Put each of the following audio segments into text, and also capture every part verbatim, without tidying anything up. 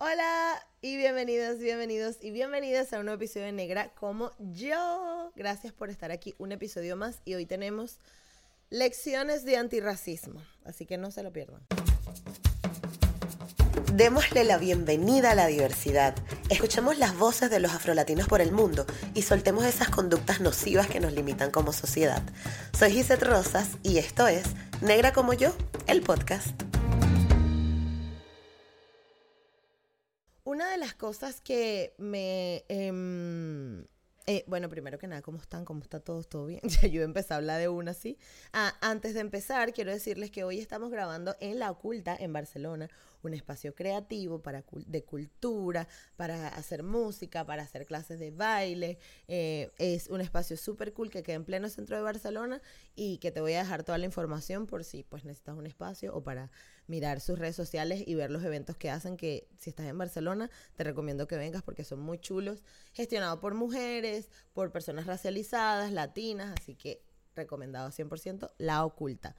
Hola y bienvenidos, bienvenidos y bienvenidas a un nuevo episodio de Negra como yo. Gracias por estar aquí, un episodio más, y hoy tenemos lecciones de antirracismo, así que no se lo pierdan. Démosle la bienvenida a la diversidad. Escuchemos las voces de los afrolatinos por el mundo y soltemos esas conductas nocivas que nos limitan como sociedad. Soy Gisette Rosas y esto es Negra como yo, el podcast. Una de las cosas que me... Eh, eh, bueno, primero que nada, ¿cómo están? ¿Cómo está todo? ¿Todo bien? Ya yo empecé a hablar de una así. Ah, antes de empezar, quiero decirles que hoy estamos grabando en La Oculta, en Barcelona, un espacio creativo para de cultura, para hacer música, para hacer clases de baile. Eh, es un espacio súper cool que queda en pleno centro de Barcelona y que te voy a dejar toda la información por si pues necesitas un espacio o para mirar sus redes sociales y ver los eventos que hacen, que si estás en Barcelona te recomiendo que vengas porque son muy chulos, gestionado por mujeres, por personas racializadas, latinas, así que recomendado cien por ciento, La Oculta.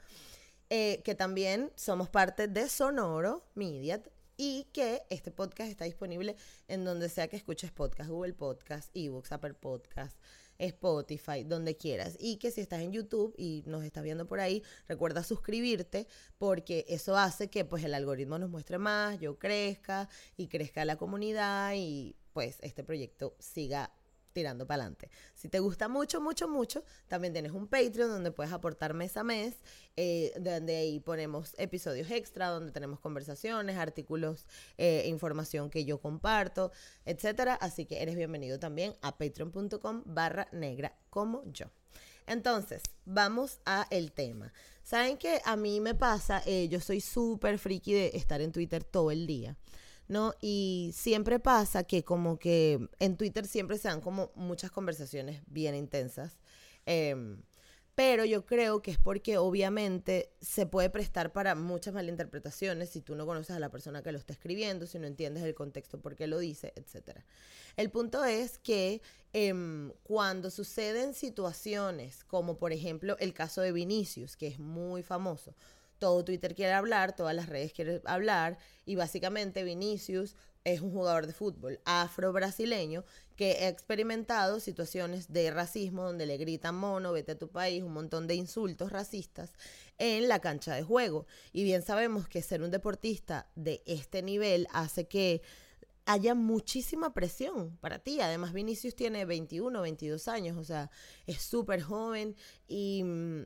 Eh, que también somos parte de Sonoro Media y que este podcast está disponible en donde sea que escuches podcast, Google Podcast, eBooks, Apple Podcast, Spotify, donde quieras. Y que si estás en YouTube y nos estás viendo por ahí, recuerda suscribirte porque eso hace que pues el algoritmo nos muestre más, yo crezca y crezca la comunidad y pues este proyecto siga tirando para adelante. Si te gusta mucho, mucho, mucho, también tienes un Patreon donde puedes aportar mes a mes, eh, donde ahí ponemos episodios extra, donde tenemos conversaciones, artículos, eh, información que yo comparto, etcétera. Así que eres bienvenido también a patreon.com barra negra como yo. Entonces, vamos a el tema. ¿Saben qué? A mí me pasa, eh, yo soy súper friki de estar en Twitter todo el día, ¿no? Y siempre pasa que como que en Twitter siempre se dan como muchas conversaciones bien intensas. Eh, pero yo creo que es porque obviamente se puede prestar para muchas malinterpretaciones si tú no conoces a la persona que lo está escribiendo, si no entiendes el contexto por qué lo dice, etcétera. El punto es que eh, cuando suceden situaciones como por ejemplo el caso de Vinicius, que es muy famoso, todo Twitter quiere hablar, todas las redes quieren hablar, y básicamente Vinicius es un jugador de fútbol afro-brasileño que ha experimentado situaciones de racismo donde le gritan mono, vete a tu país, un montón de insultos racistas en la cancha de juego. Y bien sabemos que ser un deportista de este nivel hace que haya muchísima presión para ti. Además, Vinicius tiene veintiuno, veintidós años, o sea, es súper joven y...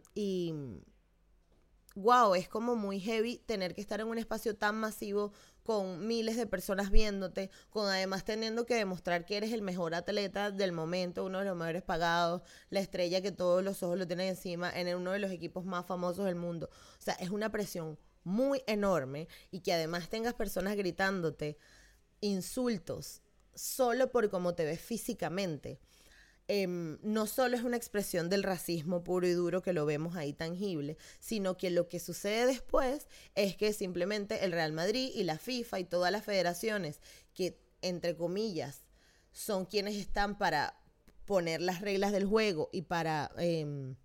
y wow, es como muy heavy tener que estar en un espacio tan masivo con miles de personas viéndote, con además teniendo que demostrar que eres el mejor atleta del momento, uno de los mejores pagados, la estrella que todos los ojos lo tienen encima, en uno de los equipos más famosos del mundo. O sea, es una presión muy enorme y que además tengas personas gritándote insultos solo por cómo te ves físicamente. Eh, no solo es una expresión del racismo puro y duro que lo vemos ahí tangible, sino que lo que sucede después es que simplemente el Real Madrid y la FIFA y todas las federaciones que, entre comillas, son quienes están para poner las reglas del juego y para... Eh,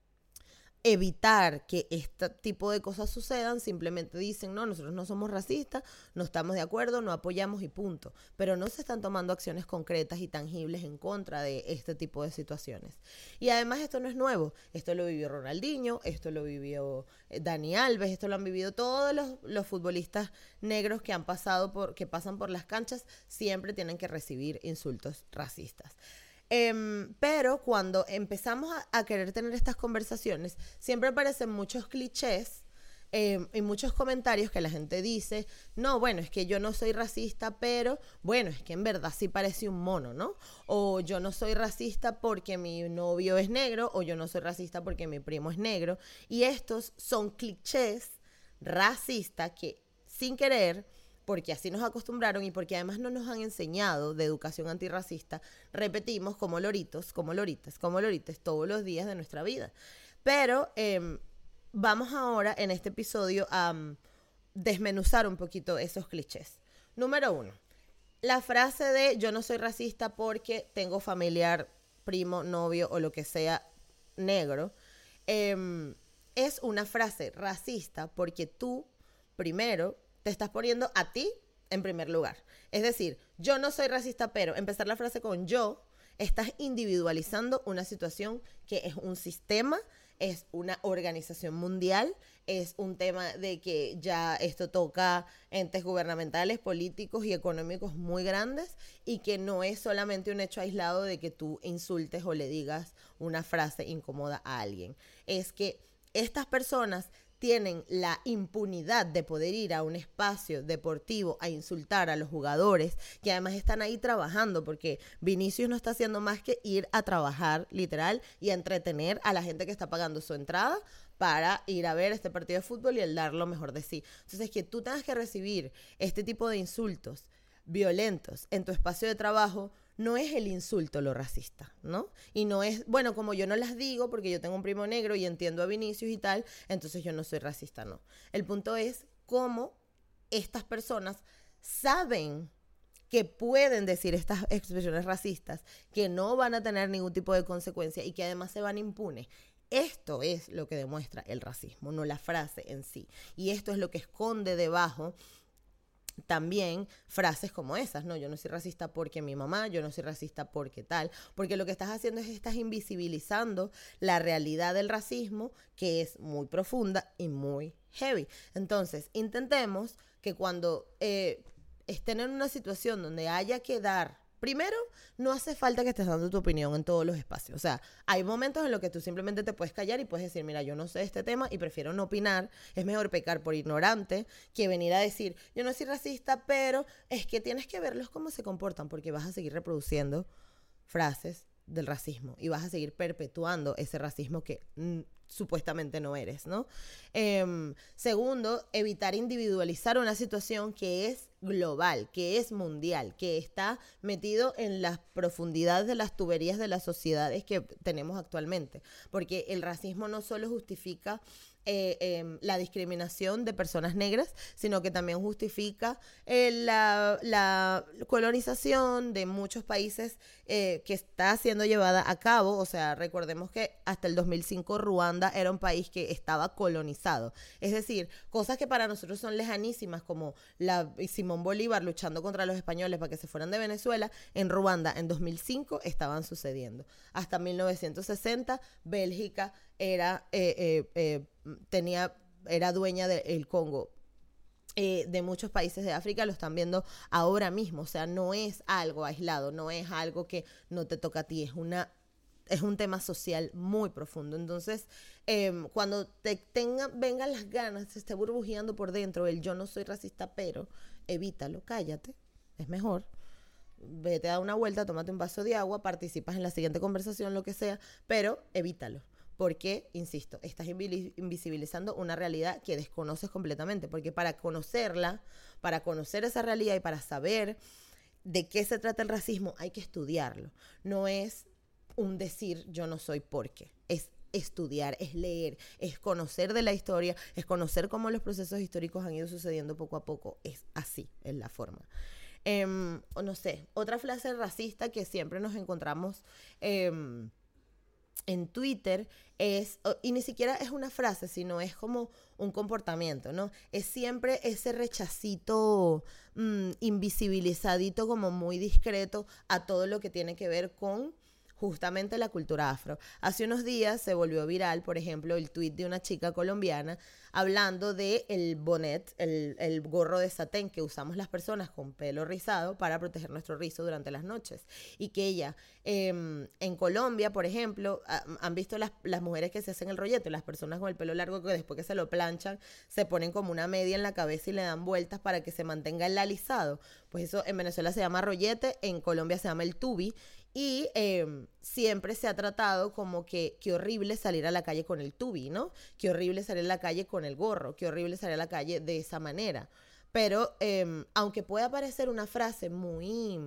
evitar que este tipo de cosas sucedan, simplemente dicen, no, nosotros no somos racistas, no estamos de acuerdo, no apoyamos y punto. Pero no se están tomando acciones concretas y tangibles en contra de este tipo de situaciones. Y además esto no es nuevo, esto lo vivió Ronaldinho, esto lo vivió Dani Alves, esto lo han vivido todos los, los futbolistas negros que han pasado por, que pasan por las canchas, siempre tienen que recibir insultos racistas. Eh, pero cuando empezamos a, a querer tener estas conversaciones, siempre aparecen muchos clichés eh, y muchos comentarios que la gente dice, no, bueno, es que yo no soy racista, pero bueno, es que en verdad sí parece un mono, ¿no? O yo no soy racista porque mi novio es negro, o yo no soy racista porque mi primo es negro. Y estos son clichés racistas que sin querer, porque así nos acostumbraron y porque además no nos han enseñado de educación antirracista, repetimos como loritos, como loritas, como loritas todos los días de nuestra vida. Pero eh, vamos ahora en este episodio a um, desmenuzar un poquito esos clichés. Número uno, la frase de yo no soy racista porque tengo familiar, primo, novio o lo que sea negro, eh, es una frase racista porque tú, primero, te estás poniendo a ti en primer lugar. Es decir, yo no soy racista, pero empezar la frase con yo, estás individualizando una situación que es un sistema, es una organización mundial, es un tema de que ya esto toca entes gubernamentales, políticos y económicos muy grandes y que no es solamente un hecho aislado de que tú insultes o le digas una frase incómoda a alguien. Es que estas personas tienen la impunidad de poder ir a un espacio deportivo a insultar a los jugadores que además están ahí trabajando, porque Vinicius no está haciendo más que ir a trabajar literal y a entretener a la gente que está pagando su entrada para ir a ver este partido de fútbol y el dar lo mejor de sí. Entonces, que tú tengas que recibir este tipo de insultos violentos en tu espacio de trabajo no es el insulto lo racista, ¿no? Y no es, bueno, como yo no las digo porque yo tengo un primo negro y entiendo a Vinicius y tal, entonces yo no soy racista, no. El punto es cómo estas personas saben que pueden decir estas expresiones racistas, que no van a tener ningún tipo de consecuencia y que además se van impunes. Esto es lo que demuestra el racismo, no la frase en sí. Y esto es lo que esconde debajo también frases como esas, ¿no? Yo no soy racista porque mi mamá, yo no soy racista porque tal, porque lo que estás haciendo es estás invisibilizando la realidad del racismo, que es muy profunda y muy heavy. Entonces, intentemos que cuando eh, estén en una situación donde haya que dar, primero, no hace falta que estés dando tu opinión en todos los espacios. O sea, hay momentos en los que tú simplemente te puedes callar y puedes decir, mira, yo no sé este tema y prefiero no opinar. Es mejor pecar por ignorante que venir a decir, yo no soy racista, pero es que tienes que verlos cómo se comportan porque vas a seguir reproduciendo frases del racismo y vas a seguir perpetuando ese racismo que mm, supuestamente no eres, ¿no? Eh, segundo, evitar individualizar una situación que es global, que es mundial, que está metido en las profundidades de las tuberías de las sociedades que tenemos actualmente, porque el racismo no solo justifica Eh, eh, la discriminación de personas negras, sino que también justifica eh, la, la colonización de muchos países eh, que está siendo llevada a cabo. O sea, recordemos que hasta el dos mil cinco Ruanda era un país que estaba colonizado. Es decir, cosas que para nosotros son lejanísimas, como la Simón Bolívar luchando contra los españoles para que se fueran de Venezuela, en Ruanda en dos mil cinco estaban sucediendo. Hasta mil novecientos sesenta, Bélgica era... Eh, eh, eh, tenía, era dueña del Congo, eh, de muchos países de África, lo están viendo ahora mismo. O sea, no es algo aislado, no es algo que no te toca a ti, es una es un tema social muy profundo. Entonces, eh, cuando te tengan, vengan las ganas, se esté burbujeando por dentro el yo no soy racista, pero evítalo, cállate, es mejor. Vete a dar una vuelta, tómate un vaso de agua, participas en la siguiente conversación, lo que sea, pero evítalo. Porque, insisto, estás invisibilizando una realidad que desconoces completamente. Porque para conocerla, para conocer esa realidad y para saber de qué se trata el racismo, hay que estudiarlo. No es un decir yo no soy porque. Es estudiar, es leer, es conocer de la historia, es conocer cómo los procesos históricos han ido sucediendo poco a poco. Es así, es la forma. Eh, o no sé, otra frase racista que siempre nos encontramos... Eh, en Twitter es, y ni siquiera es una frase, sino es como un comportamiento, ¿no? Es siempre ese rechacito mmm, invisibilizadito, como muy discreto a todo lo que tiene que ver con justamente la cultura afro. Hace unos días se volvió viral, por ejemplo, el tuit de una chica colombiana hablando de el bonnet, el, el gorro de satén que usamos las personas con pelo rizado para proteger nuestro rizo durante las noches. Y que ella, eh, en Colombia, por ejemplo, ha, han visto las, las mujeres que se hacen el rollete, las personas con el pelo largo que después que se lo planchan, se ponen como una media en la cabeza y le dan vueltas para que se mantenga el alisado. Pues eso en Venezuela se llama rollete, en Colombia se llama el tubi. Y eh, siempre se ha tratado como que qué horrible salir a la calle con el tubi, ¿no? Qué horrible salir a la calle con el gorro, qué horrible salir a la calle de esa manera. Pero eh, aunque pueda parecer una frase muy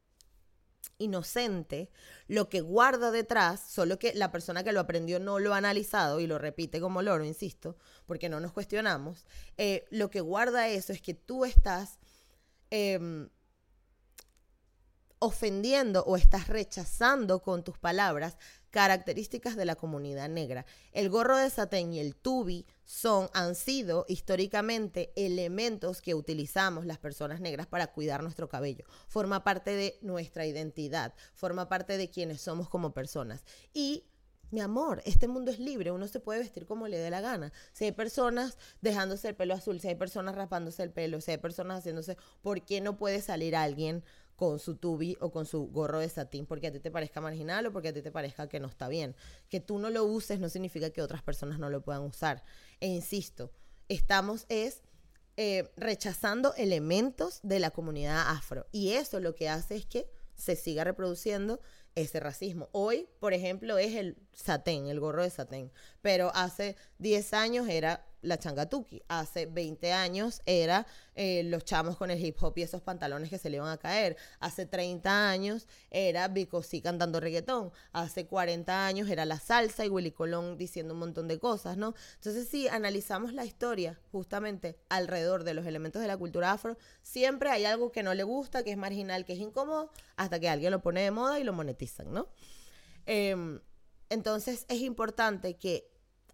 inocente, lo que guarda detrás, solo que la persona que lo aprendió no lo ha analizado y lo repite como loro, insisto, porque no nos cuestionamos, eh, lo que guarda eso es que tú estás... Eh, ofendiendo o estás rechazando con tus palabras características de la comunidad negra. El gorro de satén y el tubi son, han sido históricamente elementos que utilizamos las personas negras para cuidar nuestro cabello. Forma parte de nuestra identidad, forma parte de quienes somos como personas. Y mi amor, este mundo es libre, uno se puede vestir como le dé la gana. Si hay personas dejándose el pelo azul, si hay personas rapándose el pelo, si hay personas haciéndose, ¿por qué no puede salir alguien con su tubi o con su gorro de satín porque a ti te parezca marginal o porque a ti te parezca que no está bien? Que tú no lo uses no significa que otras personas no lo puedan usar. E insisto, estamos es eh, rechazando elementos de la comunidad afro. Y eso lo que hace es que se siga reproduciendo ese racismo. Hoy, por ejemplo, es el satén, el gorro de satén. Pero hace diez años era la changatuki. Hace veinte años era eh, los chamos con el hip hop y esos pantalones que se le iban a caer. Hace treinta años era Bicosí cantando reggaetón. Hace cuarenta años era la salsa y Willy Colón diciendo un montón de cosas, ¿no? Entonces, si analizamos la historia justamente alrededor de los elementos de la cultura afro, siempre hay algo que no le gusta, que es marginal, que es incómodo, hasta que alguien lo pone de moda y lo monetizan, ¿no? Eh, entonces, es importante que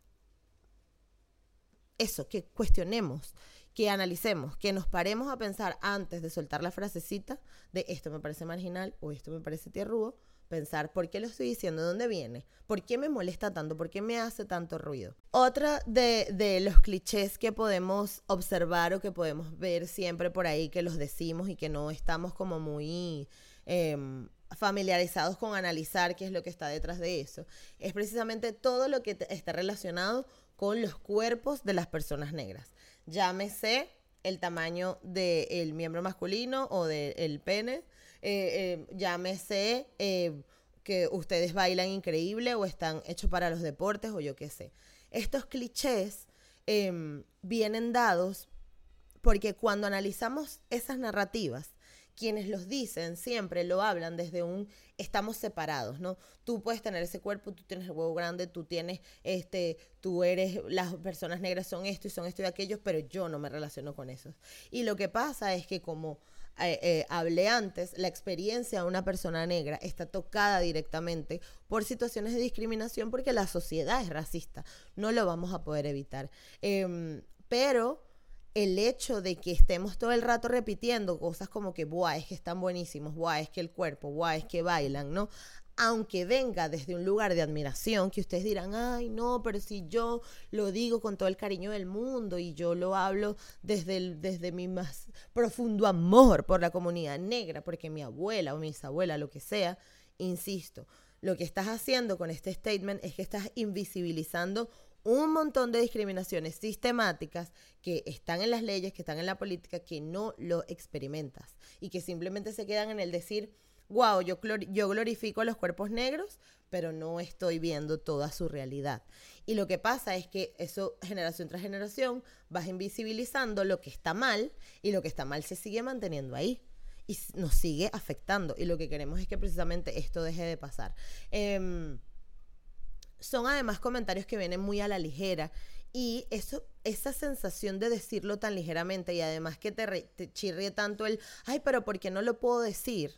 eso, que cuestionemos, que analicemos, que nos paremos a pensar antes de soltar la frasecita de esto me parece marginal o esto me parece tierrudo, pensar por qué lo estoy diciendo, de dónde viene, por qué me molesta tanto, por qué me hace tanto ruido. Otra de, de los clichés que podemos observar o que podemos ver siempre por ahí, que los decimos y que no estamos como muy eh, familiarizados con analizar qué es lo que está detrás de eso, es precisamente todo lo que te, está relacionado con los cuerpos de las personas negras. Llámese el tamaño del miembro masculino o del pene, eh, eh, llámese eh, que ustedes bailan increíble o están hechos para los deportes o yo qué sé. Estos clichés eh, vienen dados porque cuando analizamos esas narrativas, quienes los dicen siempre lo hablan desde un estamos separados, ¿no? Tú puedes tener ese cuerpo, tú tienes el huevo grande, tú tienes este, tú eres, las personas negras son esto y son esto y aquello, pero yo no me relaciono con esos. Y lo que pasa es que como eh, eh, hablé antes, la experiencia de una persona negra está tocada directamente por situaciones de discriminación porque la sociedad es racista, no lo vamos a poder evitar. Eh, pero el hecho de que estemos todo el rato repitiendo cosas como que, buah, es que están buenísimos, buah, es que el cuerpo, buah, es que bailan, ¿no? Aunque venga desde un lugar de admiración, que ustedes dirán, ay, no, pero si yo lo digo con todo el cariño del mundo y yo lo hablo desde, el, desde mi más profundo amor por la comunidad negra, porque mi abuela o mi bisabuela, lo que sea, insisto, lo que estás haciendo con este statement es que estás invisibilizando un montón de discriminaciones sistemáticas que están en las leyes, que están en la política, que no lo experimentas y que simplemente se quedan en el decir, wow, yo, yo glorifico los cuerpos negros, pero no estoy viendo toda su realidad. Y lo que pasa es que eso, generación tras generación, vas invisibilizando lo que está mal y lo que está mal se sigue manteniendo ahí y nos sigue afectando. Y lo que queremos es que precisamente esto deje de pasar. Eh, Son además comentarios que vienen muy a la ligera y eso, esa sensación de decirlo tan ligeramente y además que te, re, te chirrie tanto el, ay, pero ¿por qué no lo puedo decir?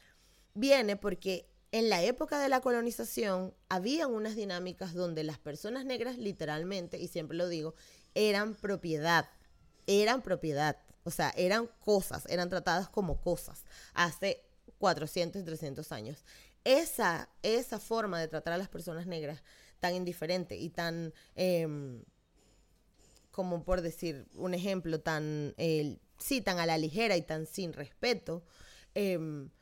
Viene porque en la época de la colonización habían unas dinámicas donde las personas negras literalmente, y siempre lo digo, eran propiedad, eran propiedad, o sea, eran cosas, eran tratadas como cosas hace cuatrocientos y trescientos años. Esa, esa forma de tratar a las personas negras tan indiferente y tan, eh, como por decir un ejemplo, tan, eh, sí, tan a la ligera y tan sin respeto, eh,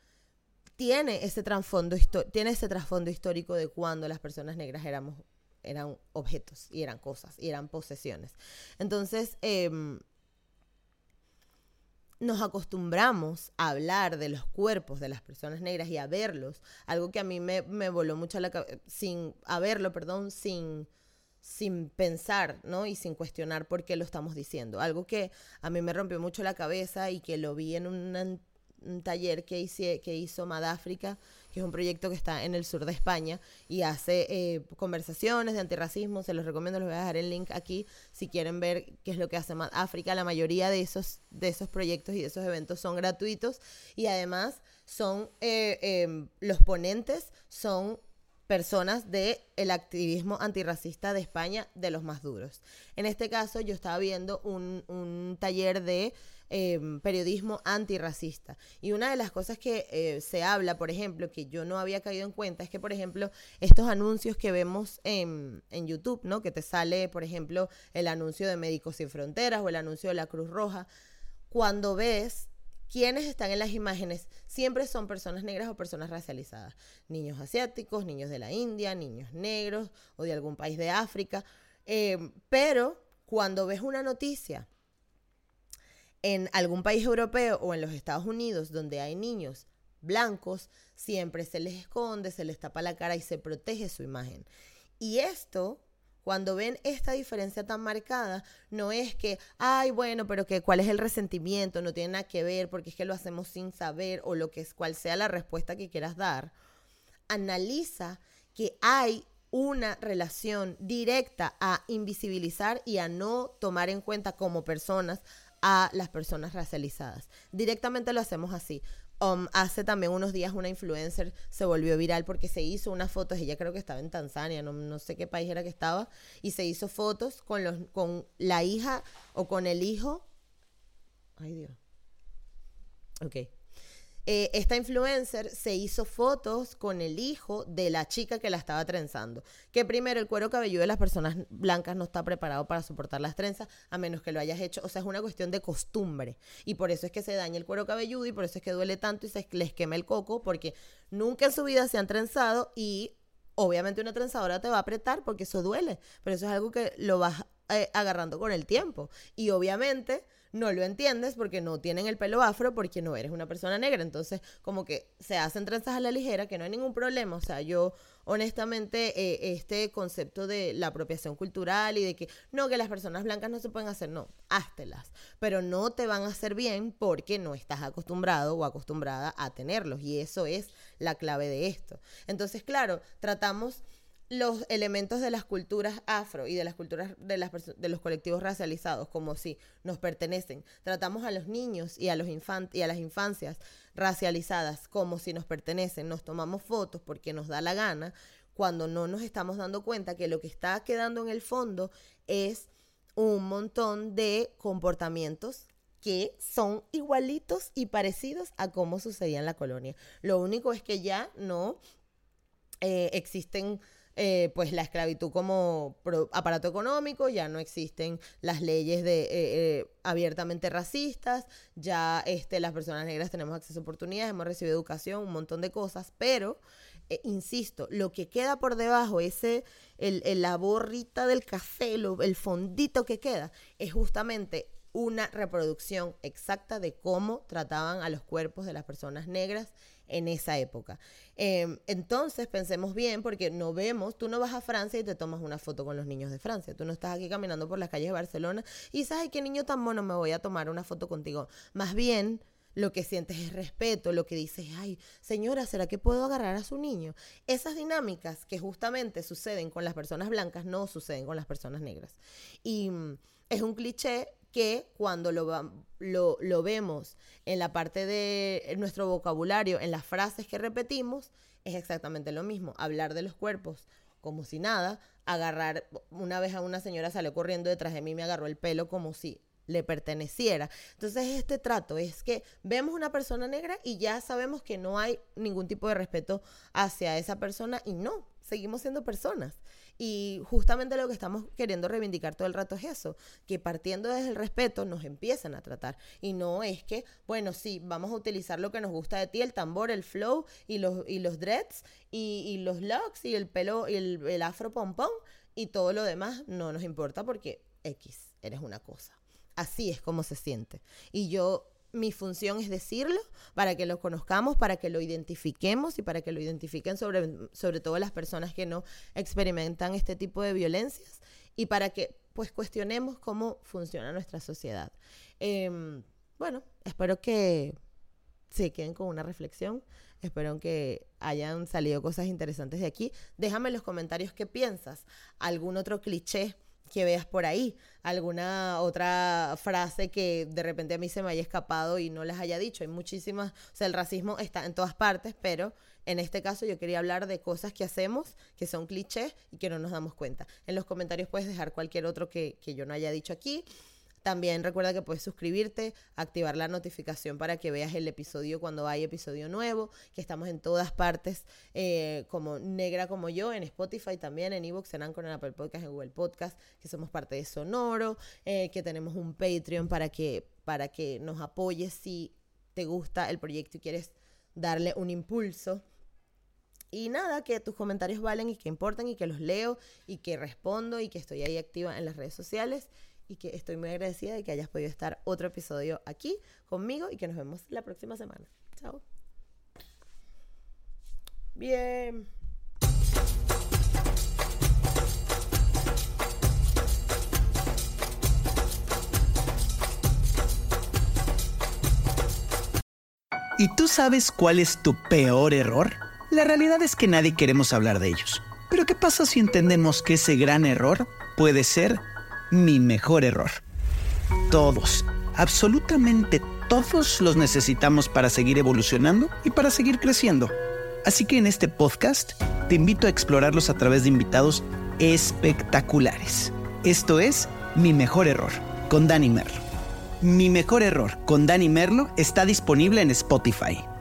tiene ese trasfondo tiene ese trasfondo histórico de cuando las personas negras éramos, eran objetos y eran cosas y eran posesiones. Entonces, eh, nos acostumbramos a hablar de los cuerpos de las personas negras y a verlos, algo que a mí me, me voló mucho la cabeza, sin, a verlo, perdón, sin, sin pensar, ¿no? Y sin cuestionar por qué lo estamos diciendo. Algo que a mí me rompió mucho la cabeza y que lo vi en una, un taller que, hice, que hizo Madáfrica, que es un proyecto que está en el sur de España y hace eh, conversaciones de antirracismo. Se los recomiendo, les voy a dejar el link aquí si quieren ver qué es lo que hace Madáfrica. La mayoría de esos, de esos proyectos y de esos eventos son gratuitos y además son eh, eh, los ponentes son personas del activismo antirracista de España, de los más duros. En este caso, yo estaba viendo un, un taller de eh, periodismo antirracista. Y una de las cosas que eh, se habla, por ejemplo, que yo no había caído en cuenta, es que, por ejemplo, estos anuncios que vemos en, en YouTube, ¿no? Que te sale, por ejemplo, el anuncio de Médicos Sin Fronteras o el anuncio de la Cruz Roja, cuando ves quienes están en las imágenes siempre son personas negras o personas racializadas. Niños asiáticos, niños de la India, niños negros o de algún país de África. Eh, pero cuando ves una noticia en algún país europeo o en los Estados Unidos donde hay niños blancos, siempre se les esconde, se les tapa la cara y se protege su imagen. Y esto, cuando ven esta diferencia tan marcada, no es que, ay, bueno, pero que cuál es el resentimiento, no tiene nada que ver porque es que lo hacemos sin saber o lo que es, cual sea la respuesta que quieras dar. Analiza que hay una relación directa a invisibilizar y a no tomar en cuenta como personas a las personas racializadas. Directamente lo hacemos así. Um, hace también unos días una influencer se volvió viral porque se hizo unas fotos, ella creo que estaba en Tanzania, no, no sé qué país era que estaba, y se hizo fotos con, los, con la hija o con el hijo. Ay, Dios. Ok. Eh, esta influencer se hizo fotos con el hijo de la chica que la estaba trenzando. Que primero, el cuero cabelludo de las personas blancas no está preparado para soportar las trenzas, a menos que lo hayas hecho. O sea, es una cuestión de costumbre. Y por eso es que se daña el cuero cabelludo y por eso es que duele tanto y se les quema el coco, porque nunca en su vida se han trenzado y obviamente una trenzadora te va a apretar porque eso duele. Pero eso es algo que lo vas eh, agarrando con el tiempo. Y obviamente no lo entiendes porque no tienen el pelo afro, porque no eres una persona negra. Entonces, como que se hacen trenzas a la ligera, que no hay ningún problema. O sea, yo, honestamente, eh, este concepto de la apropiación cultural y de que, no, que las personas blancas no se pueden hacer, no, háztelas. Pero no te van a hacer bien porque no estás acostumbrado o acostumbrada a tenerlos. Y eso es la clave de esto. Entonces, claro, tratamos los elementos de las culturas afro y de las culturas de, las de los colectivos racializados como si nos pertenecen. Tratamos a los niños y a, los infan y a las infancias racializadas como si nos pertenecen. Nos tomamos fotos porque nos da la gana, cuando no nos estamos dando cuenta que lo que está quedando en el fondo es un montón de comportamientos que son igualitos y parecidos a cómo sucedía en la colonia. Lo único es que ya no eh, existen Eh, pues la esclavitud como pro, aparato económico, ya no existen las leyes de, eh, eh, abiertamente racistas, ya este, las personas negras tenemos acceso a oportunidades, hemos recibido educación, un montón de cosas, pero, eh, insisto, lo que queda por debajo, ese, el, el, la borrita del café, lo, el fondito que queda, es justamente una reproducción exacta de cómo trataban a los cuerpos de las personas negras en esa época. Eh, entonces, pensemos bien, porque no vemos, tú no vas a Francia y te tomas una foto con los niños de Francia. Tú no estás aquí caminando por las calles de Barcelona y dices, ay, qué niño tan mono, me voy a tomar una foto contigo. Más bien, lo que sientes es respeto, lo que dices, ay, señora, ¿será que puedo agarrar a su niño? Esas dinámicas que justamente suceden con las personas blancas no suceden con las personas negras. Y mm, es un cliché que cuando lo, lo, lo vemos en la parte de nuestro vocabulario, en las frases que repetimos, es exactamente lo mismo. Hablar de los cuerpos como si nada, agarrar, una vez a una señora salió corriendo detrás de mí y me agarró el pelo como si le perteneciera. Entonces este trato es que vemos una persona negra y ya sabemos que no hay ningún tipo de respeto hacia esa persona y no, seguimos siendo personas. Y justamente lo que estamos queriendo reivindicar todo el rato es eso, que partiendo desde el respeto nos empiezan a tratar. Y no es que, bueno, sí, vamos a utilizar lo que nos gusta de ti, el tambor, el flow y los, y los dreads y, y los locks y el pelo y el, el afro pompón y todo lo demás no nos importa porque X, eres una cosa. Así es como se siente. Y yo, mi función es decirlo para que lo conozcamos, para que lo identifiquemos y para que lo identifiquen sobre, sobre todo las personas que no experimentan este tipo de violencias y para que pues cuestionemos cómo funciona nuestra sociedad. Eh, bueno, espero que se queden con una reflexión. Espero que hayan salido cosas interesantes de aquí. Déjame en los comentarios qué piensas. ¿Algún otro cliché que veas por ahí? ¿Alguna otra frase que de repente a mí se me haya escapado y no les haya dicho? Hay muchísimas, o sea, el racismo está en todas partes, pero en este caso yo quería hablar de cosas que hacemos, que son clichés y que no nos damos cuenta. En los comentarios puedes dejar cualquier otro que, que yo no haya dicho aquí. También recuerda que puedes suscribirte, activar la notificación para que veas el episodio cuando hay episodio nuevo, que estamos en todas partes, eh, como Negra Como Yo, en Spotify también, en iVoox, en Anchor, en Apple Podcast, en Google Podcast, que somos parte de Sonoro, eh, que tenemos un Patreon para que, para que nos apoyes si te gusta el proyecto y quieres darle un impulso. Y nada, que tus comentarios valen y que importan y que los leo y que respondo y que estoy ahí activa en las redes sociales. Y que estoy muy agradecida de que hayas podido estar otro episodio aquí conmigo y que nos vemos la próxima semana. Chao. Bien. ¿Y tú sabes cuál es tu peor error? La realidad es que nadie queremos hablar de ellos. Pero ¿qué pasa si entendemos que ese gran error puede ser mi mejor error? Todos, absolutamente todos los necesitamos para seguir evolucionando y para seguir creciendo. Así que en este podcast te invito a explorarlos a través de invitados espectaculares. Esto es Mi Mejor Error, con Dani Merlo. Mi Mejor Error, con Dani Merlo, está disponible en Spotify.